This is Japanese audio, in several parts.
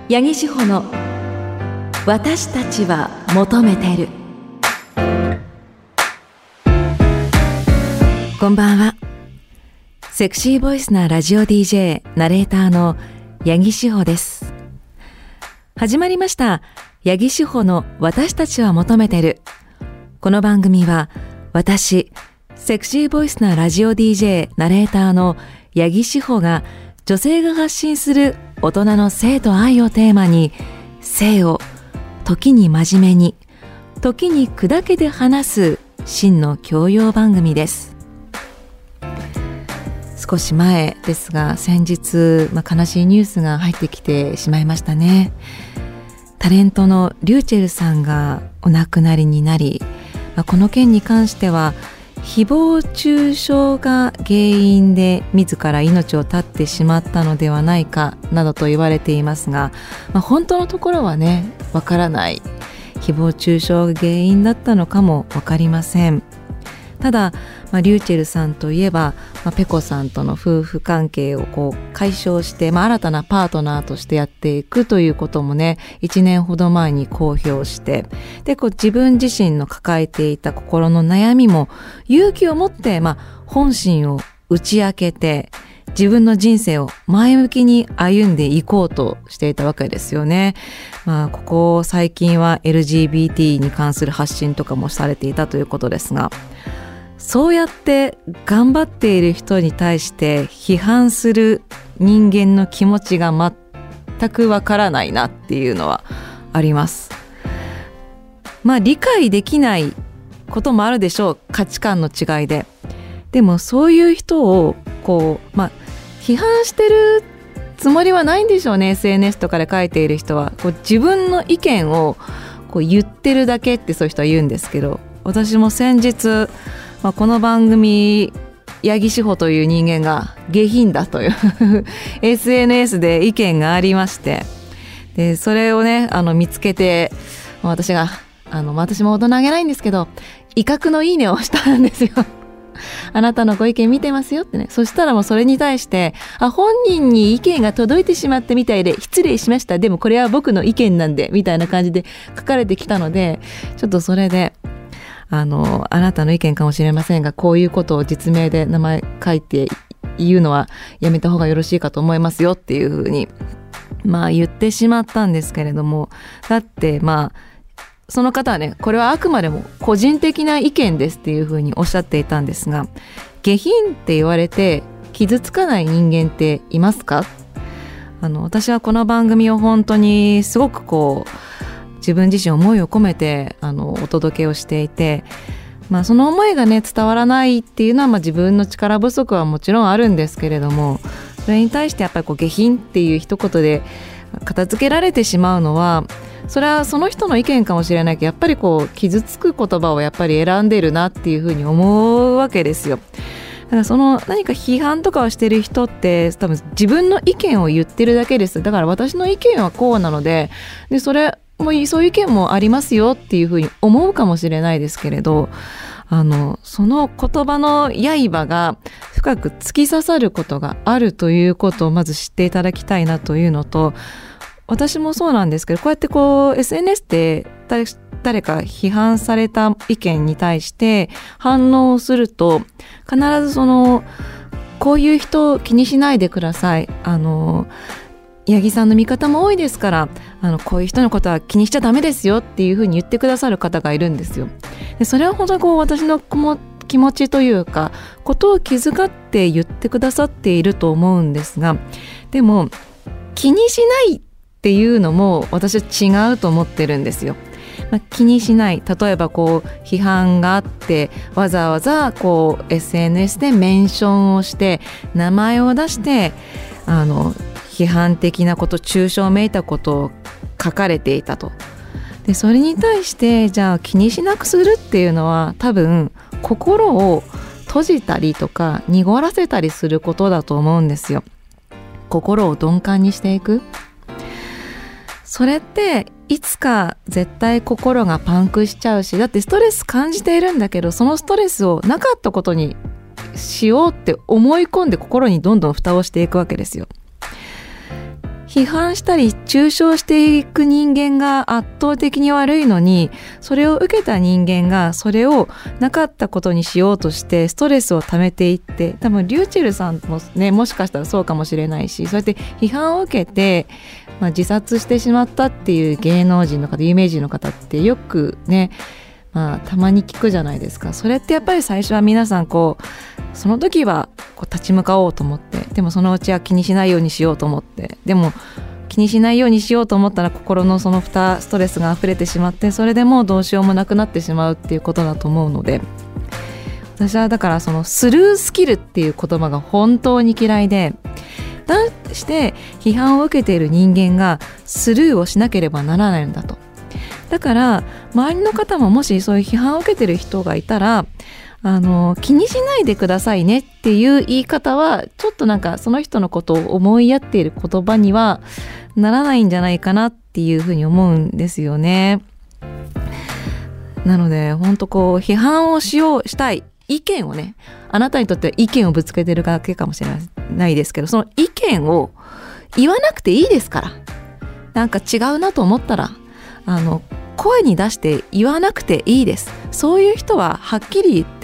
八木志保の私たちは求めてる。こんばんは。セクシーボイスなラジオ DJ ナレーターの八木志保です。始まりました八木志保の私たちは求めてる。この番組は私セクシーボイスなラジオ DJ ナレーターの八木志保が女性が発信する大人の性と愛をテーマに、性を時に真面目に、時に砕けて話す真の教養番組です。少し前ですが、先日、悲しいニュースが入ってきてしまいましたね。タレントのリューチェルさんがお亡くなりになり、この件に関しては誹謗中傷が原因で自ら命を絶ってしまったのではないかなどと言われていますが、本当のところはね、わからない。誹謗中傷が原因だったのかもわかりません。ただ、リューチェルさんといえば、ペコさんとの夫婦関係を解消して、新たなパートナーとしてやっていくということもね、1年ほど前に公表して、で自分自身の抱えていた心の悩みも勇気を持って、本心を打ち明けて、自分の人生を前向きに歩んでいこうとしていたわけですよね。ここ最近は LGBT に関する発信とかもされていたということですが、そうやって頑張っている人に対して批判する人間の気持ちが全くわからないなっていうのはあります。理解できないこともあるでしょう、価値観の違いで。でもそういう人を批判してるつもりはないんでしょうね。 SNS とかで書いている人は自分の意見を言ってるだけって、そういう人は言うんですけど、私も先日この番組八木志保という人間が下品だというSNS で意見がありまして、でそれをね見つけて、私も大人げないんですけど、威嚇のいいねをしたんですよ。あなたのご意見見てますよってね。そしたらもうそれに対して、本人に意見が届いてしまったみたいで失礼しました、でもこれは僕の意見なんでみたいな感じで書かれてきたので、ちょっとそれであなたの意見かもしれませんが、こういうことを実名で名前書いて言うのはやめた方がよろしいかと思いますよっていうふうに言ってしまったんですけれども、だってその方はね、これはあくまでも個人的な意見ですっていうふうにおっしゃっていたんですが、下品って言われて傷つかない人間っていますか？私はこの番組を本当にすごく自分自身思いを込めてお届けをしていて、その思いがね伝わらないっていうのは自分の力不足はもちろんあるんですけれども、それに対してやっぱり下品っていう一言で片付けられてしまうのは、それはその人の意見かもしれないけど、やっぱり傷つく言葉をやっぱり選んでるなっていうふうに思うわけですよ。だから何か批判とかをしてる人って多分自分の意見を言ってるだけです。だから私の意見はこうなので、それもうそういう意見もありますよっていうふうに思うかもしれないですけれど、その言葉の刃が深く突き刺さることがあるということをまず知っていただきたいなというのと、私もそうなんですけど、こうやって SNS で誰か批判された意見に対して反応をすると、必ずこういう人を気にしないでください、八木さんの味方も多いですから、こういう人のことは気にしちゃダメですよっていうふうに言ってくださる方がいるんですよ。でそれは本当に私の気持ちというか、ことを気遣って言ってくださっていると思うんですが、でも気にしないっていうのも私は違うと思ってるんですよ。気にしない、例えば批判があってわざわざSNS でメンションをして名前を出して批判的なこと、中傷めいたことを書かれていたと。でそれに対してじゃあ気にしなくするっていうのは、多分心を閉じたりとか濁らせたりすることだと思うんですよ。心を鈍感にしていく。それっていつか絶対心がパンクしちゃうし、だってストレス感じているんだけど、そのストレスをなかったことにしようって思い込んで心にどんどん蓋をしていくわけですよ。批批判したり中傷していく人間が圧倒的に悪いのに、それを受けた人間がそれをなかったことにしようとしてストレスを溜めていって、多分リューチェルさんもね、もしかしたらそうかもしれないし、そうやって批判を受けて、自殺してしまったっていう芸能人の方、有名人の方ってよくね、たまに聞くじゃないですか。それってやっぱり最初は皆さんその時は立ち向かおうと思って、でもそのうちは気にしないようにしようと思って、でも気にしないようにしようと思ったら心のそのストレスが溢れてしまって、それでもうどうしようもなくなってしまうっていうことだと思うので、私はだからそのスルースキルっていう言葉が本当に嫌いで、だして批判を受けている人間がスルーをしなければならないんだと。だから周りの方ももしそういう批判を受けている人がいたら、気にしないでくださいねっていう言い方はちょっとその人のことを思いやっている言葉にはならないんじゃないかなっていうふうに思うんですよね。なので本当批判をしたい意見をね、あなたにとっては意見をぶつけてるだけかもしれないですけど、その意見を言わなくていいですから、違うなと思ったら声に出して言わなくていいです。そういう人ははっきり言って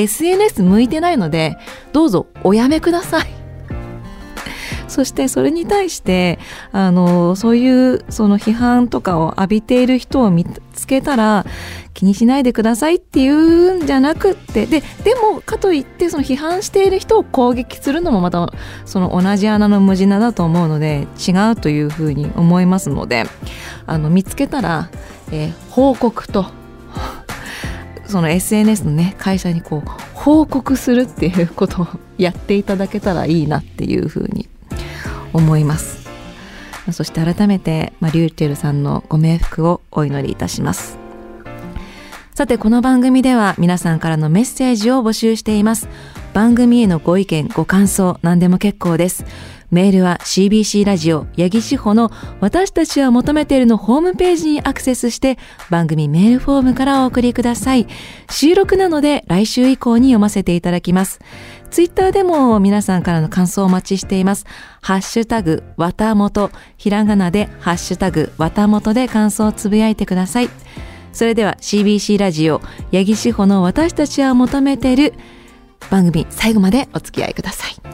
SNS 向いてないので、どうぞおやめください。そしてそれに対してそういうその批判とかを浴びている人を見つけたら、気にしないでくださいっていうんじゃなくって、でもかといってその批判している人を攻撃するのもまたその同じ穴の無地なだと思うので、違うというふうに思いますので、見つけたら、報告とその SNS のね、会社に報告するっていうことをやっていただけたらいいなっていうふうに思います。そして改めて、リューチェルさんのご冥福をお祈りいたします。さて、この番組では皆さんからのメッセージを募集しています。番組へのご意見ご感想、何でも結構です。メールは CBC ラジオ八木志保の私たちは求めているのホームページにアクセスして、番組メールフォームからお送りください。収録なので来週以降に読ませていただきます。ツイッターでも皆さんからの感想をお待ちしています。ハッシュタグわたもと、ひらがなでハッシュタグわたもとで感想をつぶやいてください。それでは CBC ラジオ八木志保の私たちは求めている番組、最後までお付き合いください。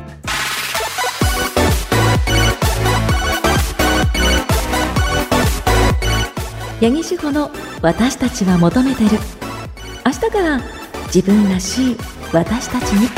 八木志保の私たちは求めてる。明日から自分らしい私たちに。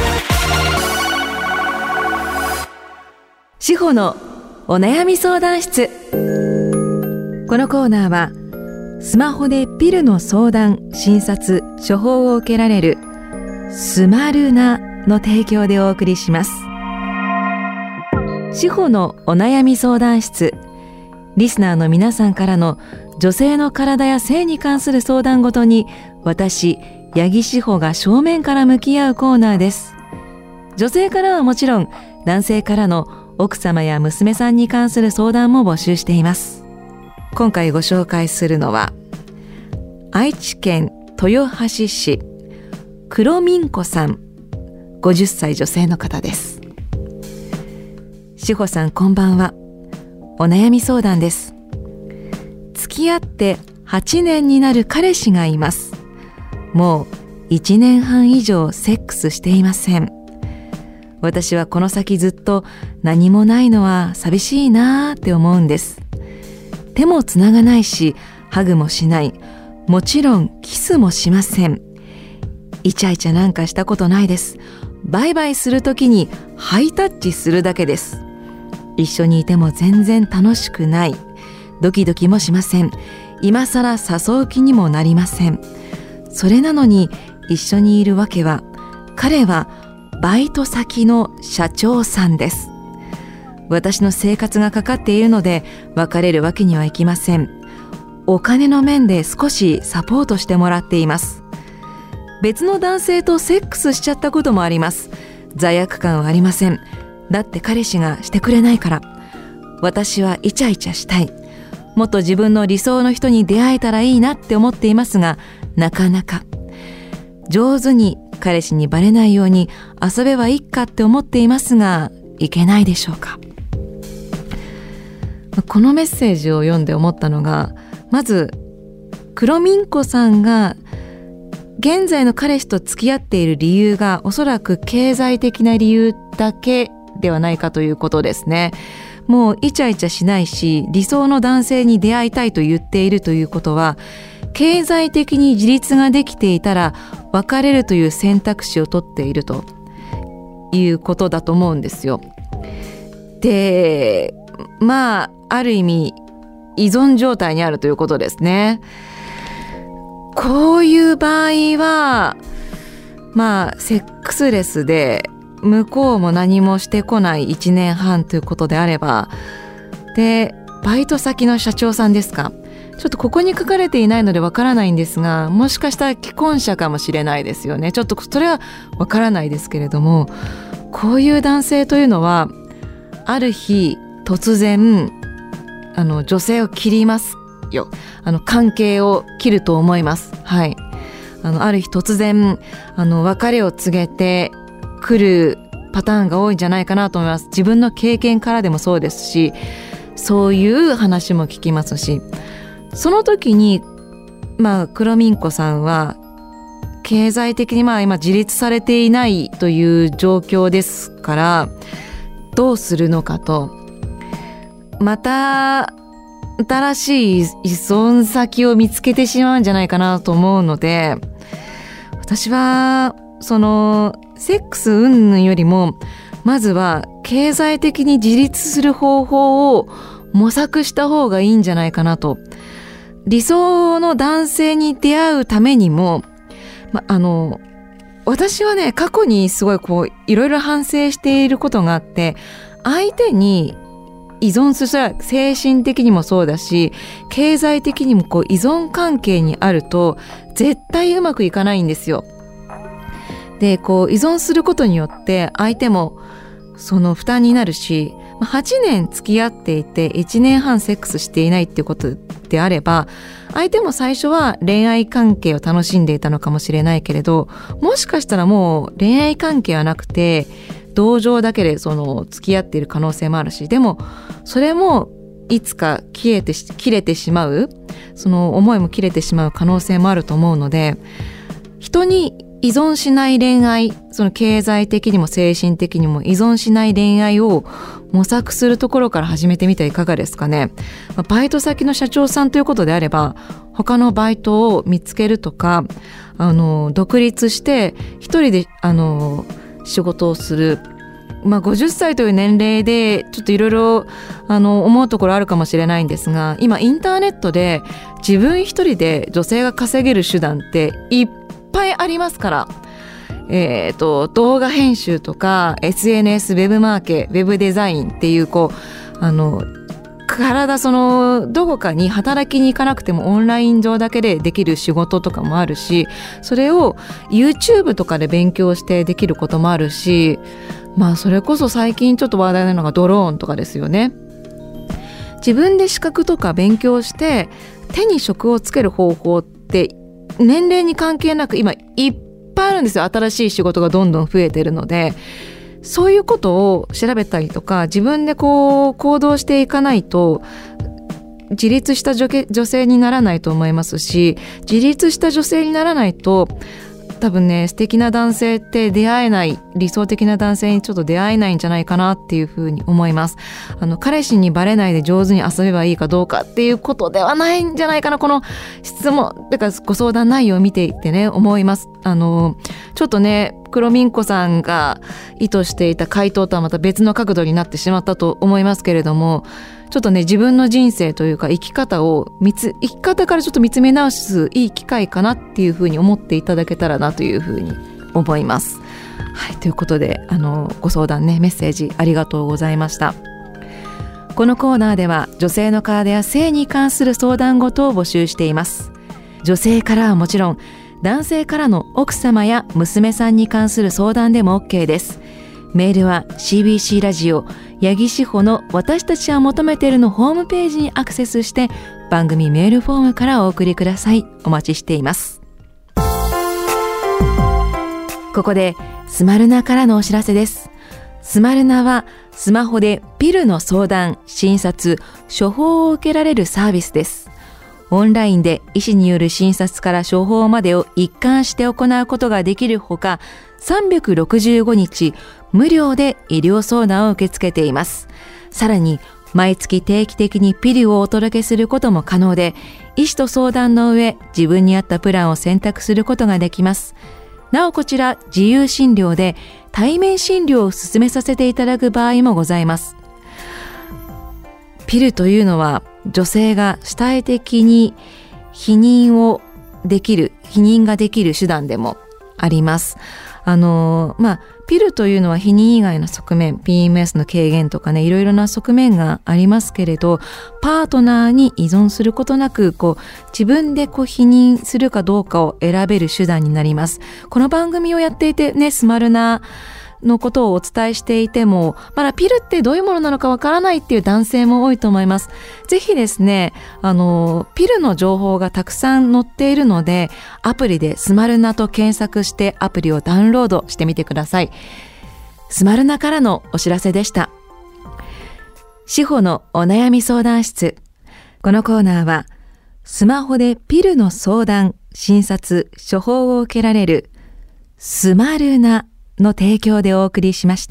志保のお悩み相談室。このコーナーはスマホでピルの相談、診察、処方を受けられるスマルナの提供でお送りします。志保のお悩み相談室。リスナーの皆さんからの女性の体や性に関する相談ごとに、私八木志保が正面から向き合うコーナーです。女性からはもちろん、男性からの奥様や娘さんに関する相談も募集しています。今回ご紹介するのは、愛知県豊橋市黒みんこさん、50歳女性の方です。志保さん、こんばんは。お悩み相談です。付き合って8年になる彼氏がいます。もう1年半以上セックスしていません。私はこの先ずっと何もないのは寂しいなーって思うんです。手もつながないし、ハグもしない。もちろんキスもしません。イチャイチャなんかしたことないです。バイバイするときにハイタッチするだけです。一緒にいても全然楽しくない。ドキドキもしません。今さら誘う気にもなりません。それなのに一緒にいるわけは、彼はバイト先の社長さんです。私の生活がかかっているので別れるわけにはいきません。お金の面で少しサポートしてもらっています。別の男性とセックスしちゃったこともあります。罪悪感はありません。だって彼氏がしてくれないから。私はイチャイチャしたい。もっと自分の理想の人に出会えたらいいなって思っていますが、なかなか。上手に彼氏にバレないように遊べばいいかって思っていますが、いけないでしょうか。 このメッセージを読んで思ったのが、まず黒ミンコさんが現在の彼氏と付き合っている理由がおそらく経済的な理由だけではないかということですね。もうイチャイチャしないし、理想の男性に出会いたいと言っているということは、経済的に自立ができていたら別れるという選択肢を取っているということだと思うんですよ。で、ある意味依存状態にあるということですね。こういう場合はセックスレスで向こうも何もしてこない1年半ということであれば、でバイト先の社長さんですか、ちょっとここに書かれていないのでわからないんですが、もしかしたら既婚者かもしれないですよね。ちょっとそれはわからないですけれども、こういう男性というのはある日突然女性を切りますよ。関係を切ると思います。はい。ある日突然別れを告げて来るパターンが多いんじゃないかなと思います。自分の経験からでもそうですし、そういう話も聞きますし、その時に黒ミンコさんは経済的に今自立されていないという状況ですから、どうするのかと、また新しい依存先を見つけてしまうんじゃないかなと思うので、私はセックス云々よりもまずは経済的に自立する方法を模索した方がいいんじゃないかなと。理想の男性に出会うためにも、私はね、過去にすごいいろいろ反省していることがあって、相手に依存する、精神的にもそうだし経済的にも依存関係にあると絶対うまくいかないんですよ。で依存することによって相手もその負担になるし、8年付き合っていて1年半セックスしていないっていうことであれば、相手も最初は恋愛関係を楽しんでいたのかもしれないけれど、もしかしたらもう恋愛関係はなくて同情だけで付き合っている可能性もあるし、でもそれもいつか切れてしまう、その思いも切れてしまう可能性もあると思うので、人に依存しない恋愛、その経済的にも精神的にも依存しない恋愛を模索するところから始めてみてはいかがですかね。バイト先の社長さんということであれば、他のバイトを見つけるとか、独立して一人で仕事をする。50歳という年齢でちょっといろいろ思うところあるかもしれないんですが、今インターネットで自分一人で女性が稼げる手段っていっぱいありますから、動画編集とか SNS、ウェブマーケ、ウェブデザインっていうどこかに働きに行かなくてもオンライン上だけでできる仕事とかもあるし、それを YouTube とかで勉強してできることもあるし、それこそ最近ちょっと話題なのがドローンとかですよね。自分で資格とか勉強して手に職をつける方法って年齢に関係なく今いっぱいあるんですよ。新しい仕事がどんどん増えてるので、そういうことを調べたりとか自分で行動していかないと自立した女性にならないと思いますし、自立した女性にならないと多分ね、素敵な男性って出会えない、理想的な男性にちょっと出会えないんじゃないかなっていうふうに思います。彼氏にバレないで上手に遊べばいいかどうかっていうことではないんじゃないかな。この質問だからご相談内容を見ていてね思います。ちょっとね、黒ミンコさんが意図していた回答とはまた別の角度になってしまったと思いますけれども、ちょっとね、自分の人生というか生き方からちょっと見つめ直すいい機会かなっていうふうに思っていただけたらなというふうに思います。はい、ということでご相談ね、メッセージありがとうございました。このコーナーでは女性の体や性に関する相談事を募集しています。女性からはもちろん男性からの奥様や娘さんに関する相談でも OK です。メールは CBC ラジオ八木志保の私たちは求めているのホームページにアクセスして番組メールフォームからお送りください。お待ちしています。ここでスマルナからのお知らせです。 スマルナはスマホでピルの相談、診察、処方を受けられるサービスです。オンラインで医師による診察から処方までを一貫して行うことができるほか、365日無料で医療相談を受け付けています。さらに毎月定期的にピルをお届けすることも可能で、医師と相談の上、自分に合ったプランを選択することができます。なおこちら自由診療で対面診療を進めさせていただく場合もございます。ピルというのは女性が主体的に避妊ができる手段でもあります。ピルというのは避妊以外の側面、PMS の軽減とかね、いろいろな側面がありますけれど、パートナーに依存することなく、自分で避妊するかどうかを選べる手段になります。この番組をやっていてね、スマルナのことをお伝えしていても、まだピルってどういうものなのかわからないっていう男性も多いと思います。ぜひですね、ピルの情報がたくさん載っているので、アプリでスマルナと検索してアプリをダウンロードしてみてください。スマルナからのお知らせでした。志保のお悩み相談室。このコーナーは、スマホでピルの相談、診察、処方を受けられるスマルナの提供でお送りしました。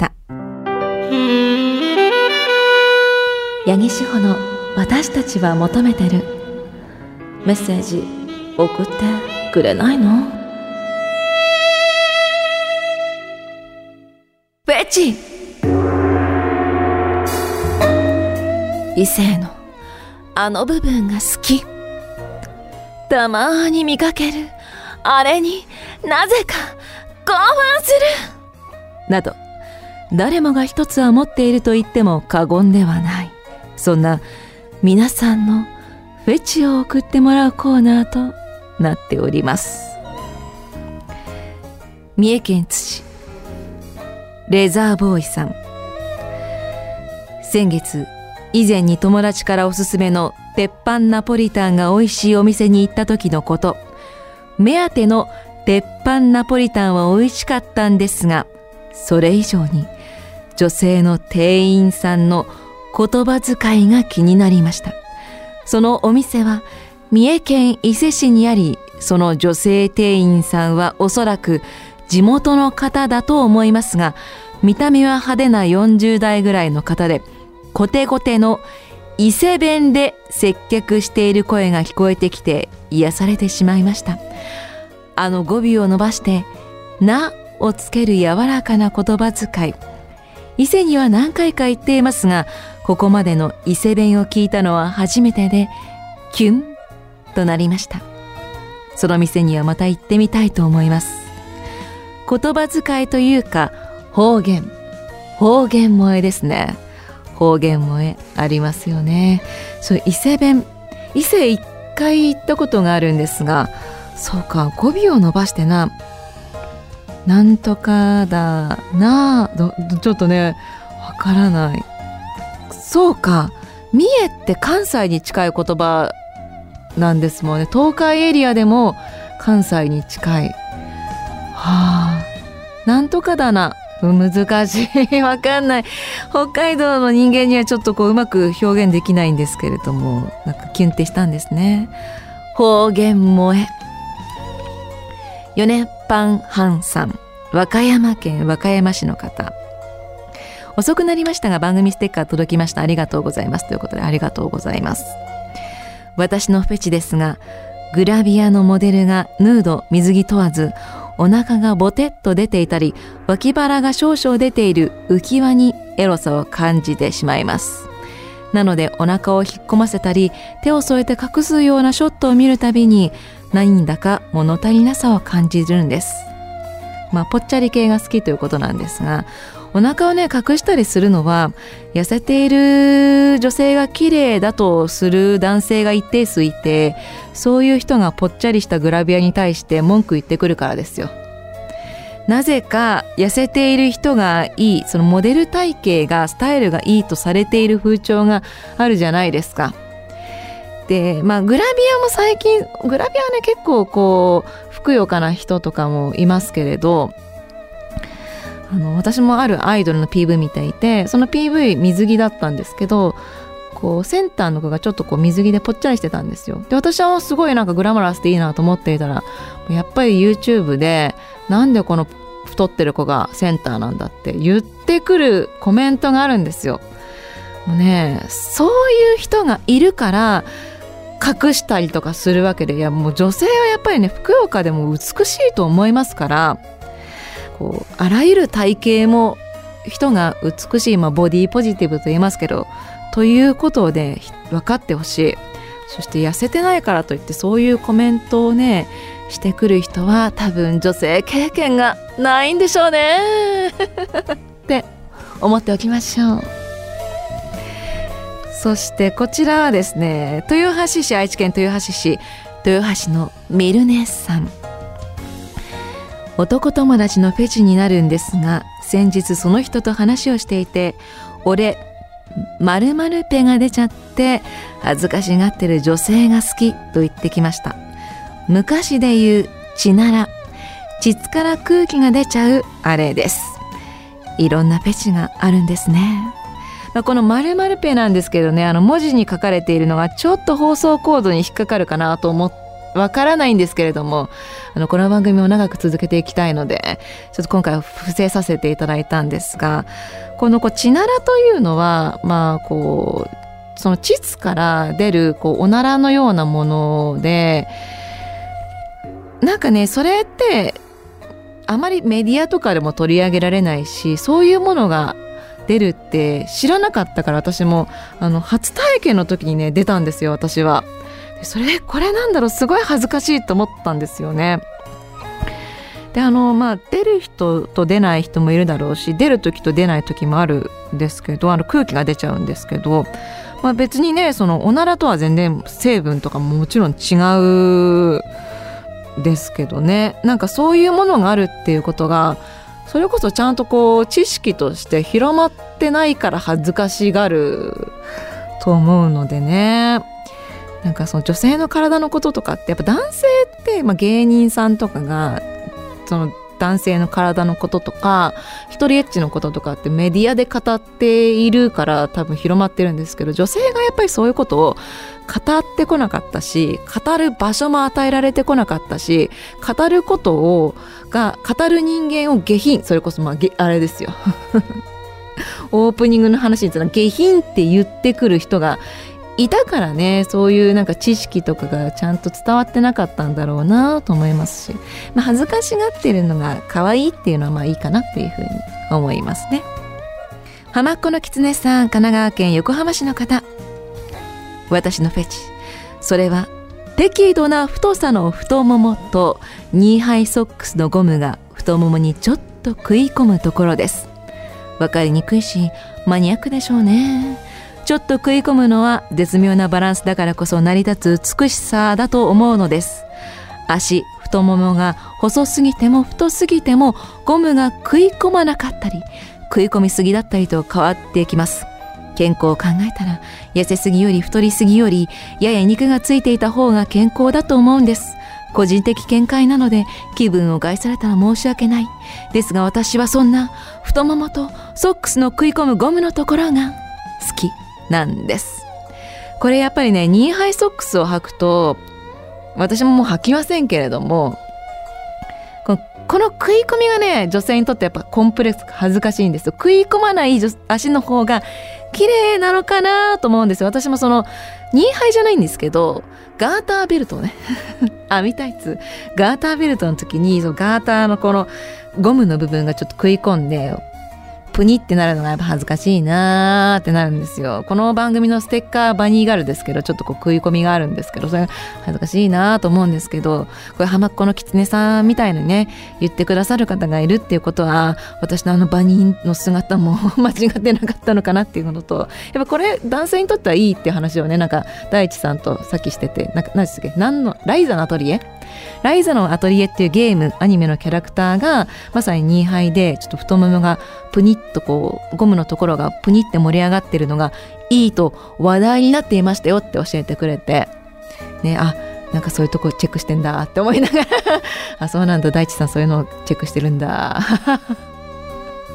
八木志保の私たちは求めてる。メッセージ送ってくれないの？フェチ！異性のあの部分が好き。たまに見かけるあれになぜか興奮するなど、誰もが一つは持っていると言っても過言ではない、そんな皆さんのフェチを送ってもらうコーナーとなっております。三重県津市レザーボーイさん。先月、以前に友達からおすすめの鉄板ナポリタンが美味しいお店に行った時のこと。目当ての鉄板ナポリタンは美味しかったんですが、それ以上に女性の店員さんの言葉遣いが気になりました。そのお店は三重県伊勢市にあり、その女性店員さんはおそらく地元の方だと思いますが、見た目は派手な40代ぐらいの方で、コテコテの伊勢弁で接客している声が聞こえてきて癒されてしまいました。語尾を伸ばしてなをつける柔らかな言葉遣い。伊勢には何回か行っていますが、ここまでの伊勢弁を聞いたのは初めてで、キュンとなりました。その店にはまた行ってみたいと思います。言葉遣いというか方言萌えですね。方言萌えありますよね。そう伊勢弁、伊勢一回行ったことがあるんですが、そうか、語尾を伸ばしてなんとかだな、ちょっとねわからない。そうか、三重って関西に近い言葉なんですもんね。東海エリアでも関西に近い。なんとかだな、難しい、わかんない。北海道の人間にはちょっとうまく表現できないんですけれども、なんかキュンってしたんですね。方言萌え。ヨネパンハンさん、和歌山県和歌山市の方。遅くなりましたが番組ステッカー届きました。ありがとうございます。ということで、ありがとうございます。私のフェチですが、グラビアのモデルがヌード水着問わず、お腹がボテッと出ていたり、脇腹が少々出ている浮き輪にエロさを感じてしまいます。なのでお腹を引っ込ませたり、手を添えて隠すようなショットを見るたびに、何だか物足りなさを感じるんです。ぽっちゃり系が好きということなんですが、お腹をね隠したりするのは、痩せている女性が綺麗だとする男性が一定数いて、そういう人がぽっちゃりしたグラビアに対して文句言ってくるからですよ。なぜか痩せている人がいい、そのモデル体型がスタイルがいいとされている風潮があるじゃないですか。で、グラビアも最近、グラビアはね結構ふくよかな人とかもいますけれど、 私もあるアイドルの PV 見ていて、その PV 水着だったんですけど、こうセンターの子がちょっとこう水着でぽっちゃりしてたんですよ。で私はすごいなんかグラマラスでいいなと思っていたら、やっぱり YouTube でなんでこの太ってる子がセンターなんだって言ってくるコメントがあるんですよ。もうね、そういう人がいるから隠したりとかするわけで、いやもう女性はやっぱりね、ふくよかでも美しいと思いますから、こうあらゆる体型も人が美しい、ボディポジティブと言いますけど、ということで分かってほしい。そして痩せてないからといってそういうコメントをねしてくる人は多分女性経験がないんでしょうねって思っておきましょう。そしてこちらはですね、豊橋市、愛知県豊橋市豊橋のミルネさん。男友達のフェチになるんですが、先日その人と話をしていて、俺〇〇ペが出ちゃって恥ずかしがってる女性が好きと言ってきました。昔で言う血なら、膣から空気が出ちゃうあれです。いろんなフェチがあるんですね。この〇〇ペなんですけどね、文字に書かれているのがちょっと放送コードに引っかかるかなと思ってわからないんですけれども、この番組を長く続けていきたいので、ちょっと今回は伏せさせていただいたんですが、この血ならというのは、その膣から出るおならのようなもので、なんかね、それってあまりメディアとかでも取り上げられないし、そういうものが出るって知らなかったから、私も初体験の時にね出たんですよ、私は。これなんだろう、すごい恥ずかしいと思ったんですよね。で出る人と出ない人もいるだろうし、出る時と出ない時もあるんですけど、空気が出ちゃうんですけど、別にね、そのおならとは全然成分とかももちろん違うですけどね、なんかそういうものがあるっていうことが、それこそちゃんと知識として広まってないから恥ずかしがると思うのでね。なんかその女性の体のこととかって、やっぱ男性って、芸人さんとかがその男性の体のこととか一人エッチのこととかってメディアで語っているから多分広まってるんですけど、女性がやっぱりそういうことを語ってこなかったし、語る場所も与えられてこなかったし、語ることを語る人間を下品、それこそあれですよオープニングの話について下品って言ってくる人がいたからね、そういうなんか知識とかがちゃんと伝わってなかったんだろうなと思いますし、恥ずかしがってるのが可愛いっていうのはいいかなっていうふうに思いますね。浜っ子のきつねさん、神奈川県横浜市の方。私のフェチ、それは適度な太さの太ももとニーハイソックスのゴムが太ももにちょっと食い込むところです。わかりにくいしマニアックでしょうね。ちょっと食い込むのは絶妙なバランスだからこそ成り立つ美しさだと思うのです。足、太ももが細すぎても太すぎてもゴムが食い込まなかったり、食い込みすぎだったりと変わってきます。健康を考えたら、痩せすぎより太りすぎよりやや肉がついていた方が健康だと思うんです。個人的見解なので気分を害されたら申し訳ないですが、私はそんな太ももとソックスの食い込むゴムのところが好きなんです。これやっぱりね、ニーハイソックスを履くと、私ももう履きませんけれども、この食い込みがね、女性にとってやっぱコンプレックス、恥ずかしいんですよ。食い込まない足の方が綺麗なのかなと思うんですよ。私もそのニーハイじゃないんですけど、ガーターベルトをね編みタイツ、ガーターベルトの時にそのガーターのこのゴムの部分がちょっと食い込んでプニってなるのがやっぱ恥ずかしいなーってなるんですよ。この番組のステッカーバニーガールですけど、ちょっと食い込みがあるんですけど、それ恥ずかしいなーと思うんですけど、これ浜っ子のきつねさんみたいにね言ってくださる方がいるっていうことは、私のバニーの姿も間違ってなかったのかなっていうのと、やっぱこれ男性にとってはいいっていう話をね、なんか大地さんとさっきしてて、何でしたっけ、ライザのアトリエっていうゲームアニメのキャラクターがまさにニーハイで、ちょっと太ももがプニッとゴムのところがプニって盛り上がってるのがいいと話題になっていましたよって教えてくれてね、なんかそういうとこチェックしてんだって思いながらそうなんだ、大地さんそういうのをチェックしてるんだ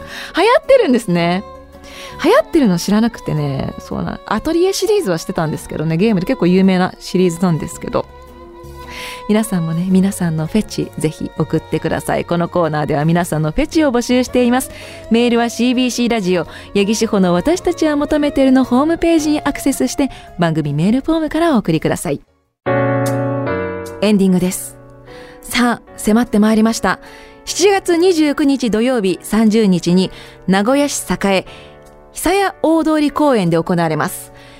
流行ってるんですね。流行ってるの知らなくてね、そうなアトリエシリーズはしてたんですけどね、ゲームで結構有名なシリーズなんですけど、皆さんもね、皆さんのフェチぜひ送ってください。このコーナーでは皆さんのフェチを募集しています。メールは CBC ラジオ八木志保の私たちは求めてるのホームページにアクセスして番組メールフォームからお送りください。エンディングです。さあ迫ってまいりました。7月29日土曜日、30日に名古屋市栄久屋大通公園で行われます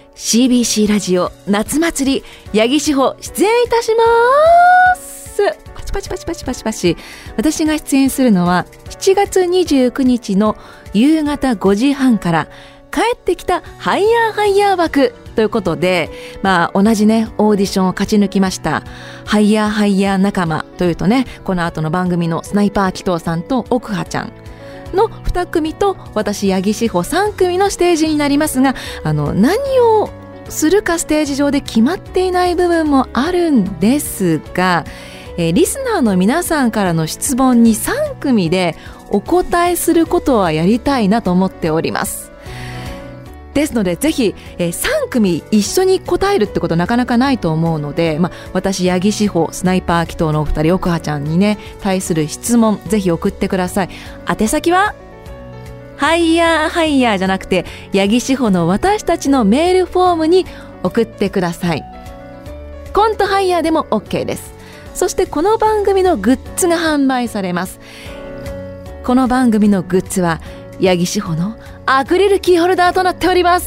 CBC ラジオ夏祭り八木志保出演いたします。パチパチパチパチパチパチ。私が出演するのは7月29日の夕方5時半から帰ってきたハイヤーハイヤー枠ということで、同じねオーディションを勝ち抜きましたハイヤーハイヤー仲間というとね、この後の番組のスナイパー紀藤さんと奥葉ちゃんの2組と私八木志保3組のステージになりますが、何をするかステージ上で決まっていない部分もあるんですが、リスナーの皆さんからの質問に3組でお答えすることはやりたいなと思っております。ですのでぜひ、3組一緒に答えるってことなかなかないと思うので、私八木志保スナイパー紀藤のお二人奥葉ちゃんにね対する質問ぜひ送ってください。宛先はハイヤーハイヤーじゃなくて八木志保の私たちのメールフォームに送ってください。コントハイヤーでも OK です。そしてこの番組のグッズが販売されます。この番組のグッズは八木志保のアクリルキーホルダーとなっております。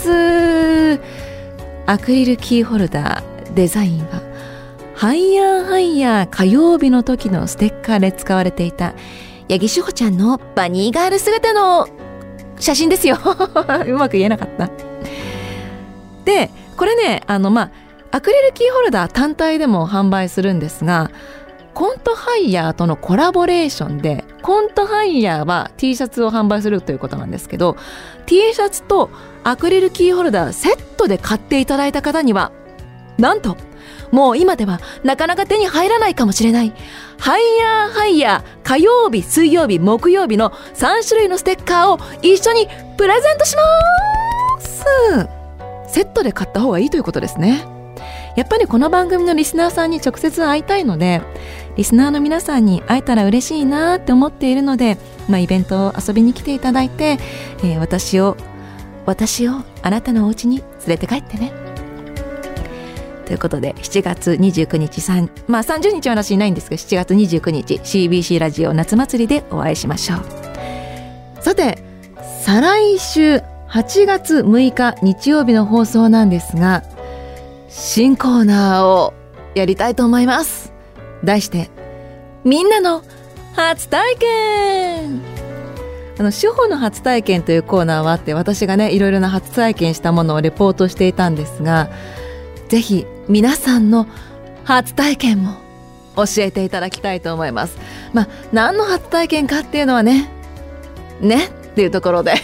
アクリルキーホルダーデザインはハイヤーハイヤー火曜日の時のステッカーで使われていた八木志保ちゃんのバニーガール姿の写真ですようまく言えなかった。でこれねアクリルキーホルダー単体でも販売するんですが、コントハイヤーとのコラボレーションでコントハイヤーは T シャツを販売するということなんですけど、 T シャツとアクリルキーホルダーセットで買っていただいた方にはなんともう今ではなかなか手に入らないかもしれないハイヤーハイヤー火曜日水曜日木曜日の3種類のステッカーを一緒にプレゼントします。セットで買った方がいいということですね。やっぱりこの番組のリスナーさんに直接会いたいので、リスナーの皆さんに会えたら嬉しいなって思っているので、イベントを遊びに来ていただいて、私をあなたのお家に連れて帰ってねということで、7月29日30日は私いないんですが、7月29日 CBC ラジオ夏祭りでお会いしましょう。さて再来週8月6日日曜日の放送なんですが、新コーナーをやりたいと思います。題してみんなの初体験。志保の初体験というコーナーはあって、私がねいろいろな初体験したものをレポートしていたんですが、ぜひ皆さんの初体験も教えていただきたいと思います。何の初体験かっていうのはねっていうところで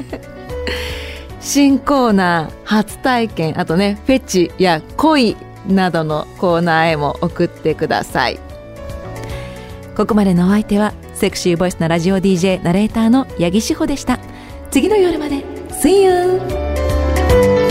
新コーナー初体験、あとねフェチや恋などのコーナーへも送ってください。ここまでのお相手はセクシーボイスなラジオ DJ ナレーターの八木志保でした。次の夜まで See you!